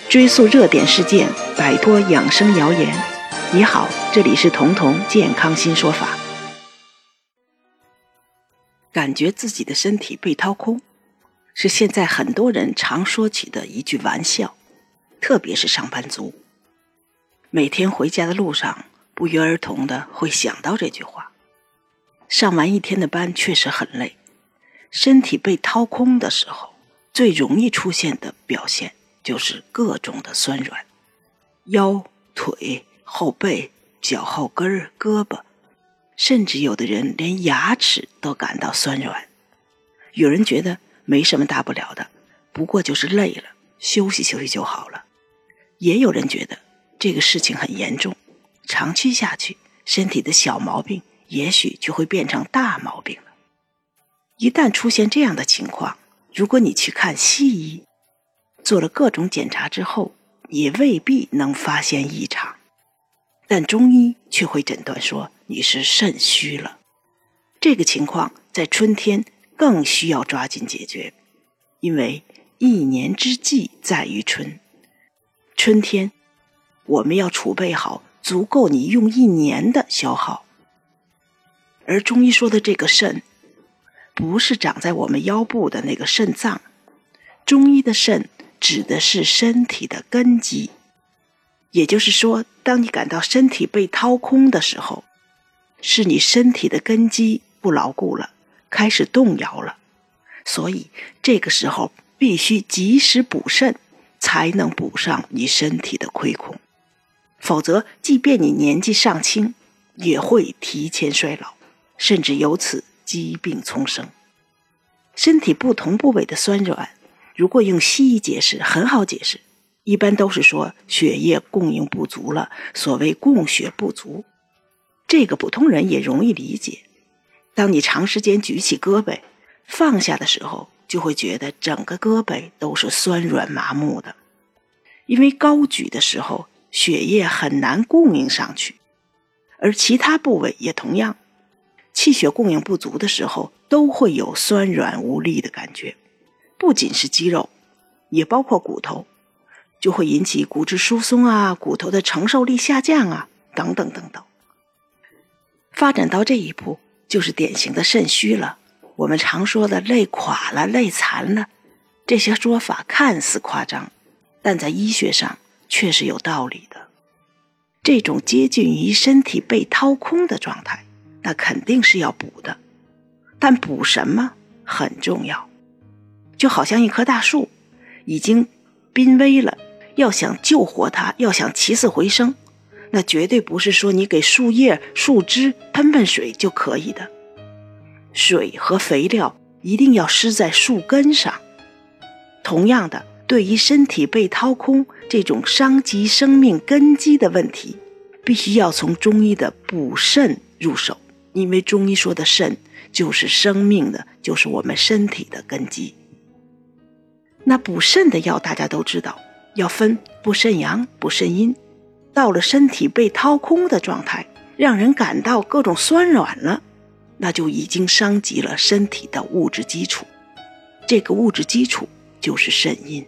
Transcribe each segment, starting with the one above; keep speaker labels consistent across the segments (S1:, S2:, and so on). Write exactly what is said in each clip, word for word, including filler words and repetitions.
S1: 追溯热点事件，摆脱养生谣言。你好，这里是彤彤健康新说法。感觉自己的身体被掏空，是现在很多人常说起的一句玩笑，特别是上班族。每天回家的路上，不约而同的会想到这句话。上完一天的班确实很累，身体被掏空的时候，最容易出现的表现就是各种的酸软，腰、腿、后背、脚后跟、胳膊，甚至有的人连牙齿都感到酸软。有人觉得没什么大不了的，不过就是累了，休息休息就好了。也有人觉得这个事情很严重，长期下去，身体的小毛病也许就会变成大毛病了。一旦出现这样的情况，如果你去看西医，做了各种检查之后，也未必能发现异常，但中医却会诊断说你是肾虚了。这个情况在春天更需要抓紧解决，因为一年之计在于春。春天我们要储备好足够你用一年的消耗。而中医说的这个肾，不是长在我们腰部的那个肾脏，中医的肾指的是身体的根基。也就是说，当你感到身体被掏空的时候，是你身体的根基不牢固了，开始动摇了。所以这个时候必须及时补肾，才能补上你身体的亏空。否则即便你年纪尚轻，也会提前衰老，甚至由此疾病丛生。身体不同部位的酸软，如果用西医解释很好解释，一般都是说血液供应不足了，所谓供血不足。这个普通人也容易理解。当你长时间举起胳膊，放下的时候，就会觉得整个胳膊都是酸软麻木的。因为高举的时候，血液很难供应上去，而其他部位也同样，气血供应不足的时候，都会有酸软无力的感觉。不仅是肌肉，也包括骨头，就会引起骨质疏松啊，骨头的承受力下降啊，等等等等。发展到这一步，就是典型的肾虚了。我们常说的累垮了、累残了，这些说法看似夸张，但在医学上却是有道理的。这种接近于身体被掏空的状态，那肯定是要补的，但补什么很重要。就好像一棵大树已经濒危了，要想救活它，要想起死回生，那绝对不是说你给树叶树枝喷喷水就可以的。水和肥料一定要施在树根上。同样的，对于身体被掏空这种伤及生命根基的问题，必须要从中医的补肾入手。因为中医说的肾就是生命的，就是我们身体的根基。那补肾的药大家都知道，要分补肾阳、补肾阴。到了身体被掏空的状态，让人感到各种酸软了，那就已经伤及了身体的物质基础。这个物质基础就是肾阴。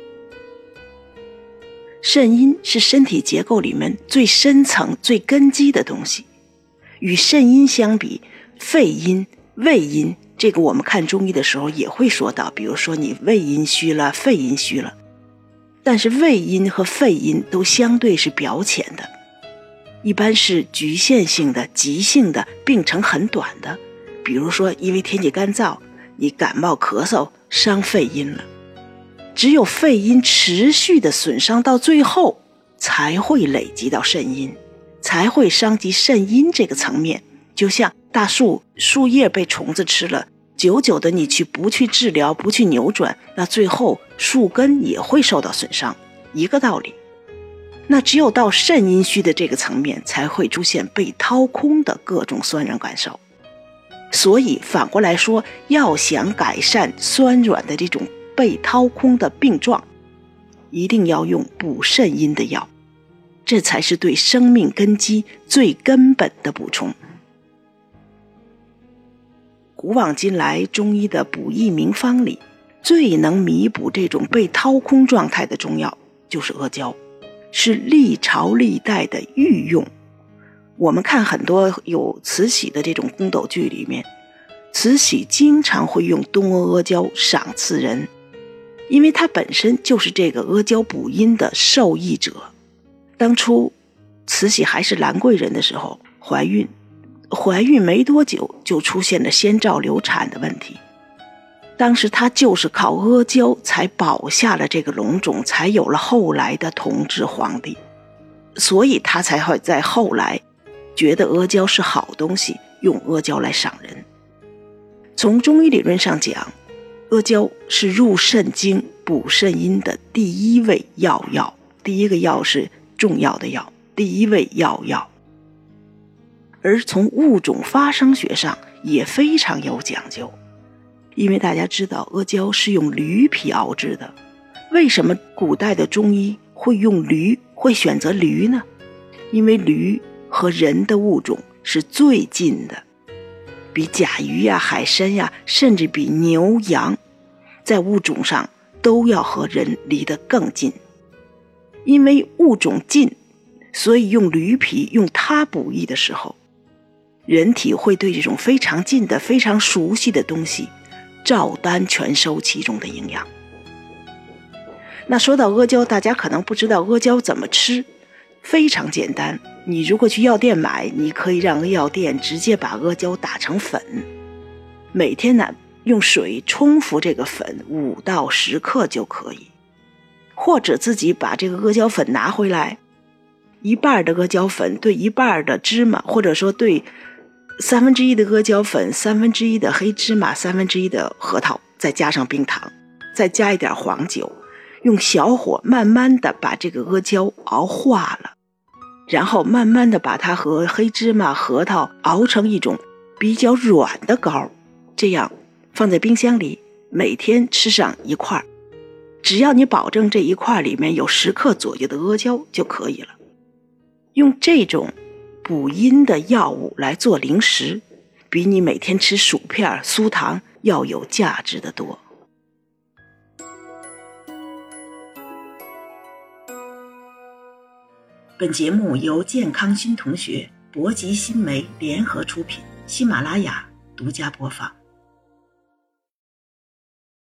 S1: 肾阴是身体结构里面最深层、最根基的东西。与肾阴相比，肺阴、胃阴，这个我们看中医的时候也会说到，比如说你胃阴虚了，肺阴虚了。但是胃阴和肺阴都相对是表浅的，一般是局限性的、急性的，病程很短的。比如说因为天气干燥，你感冒咳嗽伤肺阴了。只有肺阴持续的损伤到最后，才会累积到肾阴，才会伤及肾阴这个层面。就像大树树叶被虫子吃了，久久的你去不去治疗，不去扭转，那最后树根也会受到损伤，一个道理。那只有到肾阴虚的这个层面，才会出现被掏空的各种酸软感受。所以反过来说，要想改善酸软的这种被掏空的病状，一定要用补肾阴的药，这才是对生命根基最根本的补充。古往今来，中医的补益名方里，最能弥补这种被掏空状态的中药， 就是阿胶，是历朝历代的御用。我们看很多有慈禧的这种宫斗剧里面，慈禧经常会用东阿阿胶赏赐人，因为它本身就是这个阿胶补阴的受益者。当初慈禧还是兰贵人的时候怀孕，怀孕没多久就出现了先兆流产的问题，当时她就是靠阿胶才保下了这个龙种，才有了后来的同治皇帝，所以她才会在后来觉得阿胶是好东西，用阿胶来赏人。从中医理论上讲，阿胶是入肾经补肾阴的第一味药药，第一个药是重要的药，第一味药药。而从物种发生学上也非常有讲究，因为大家知道阿胶是用驴皮熬制的，为什么古代的中医会用驴，会选择驴呢？因为驴和人的物种是最近的，比甲鱼呀、海参呀，甚至比牛羊在物种上都要和人离得更近。因为物种近，所以用驴皮用它补益的时候，人体会对这种非常近的非常熟悉的东西照单全收其中的营养。那说到阿胶，大家可能不知道阿胶怎么吃，非常简单，你如果去药店买，你可以让药店直接把阿胶打成粉，每天呢用水冲服这个粉五到十克就可以，或者自己把这个阿胶粉拿回来，一半的阿胶粉兑一半的芝麻，或者说兑三分之一的阿胶粉，三分之一的黑芝麻，三分之一的核桃，再加上冰糖，再加一点黄酒，用小火慢慢的把这个阿胶熬化了，然后慢慢的把它和黑芝麻、核桃熬成一种比较软的膏，这样放在冰箱里，每天吃上一块，只要你保证这一块里面有十克左右的阿胶就可以了。用这种补阴的药物来做零食，比你每天吃薯片、酥糖要有价值的多。本节目由健康新同学、博吉新媒联合出品，喜马拉雅独家播放。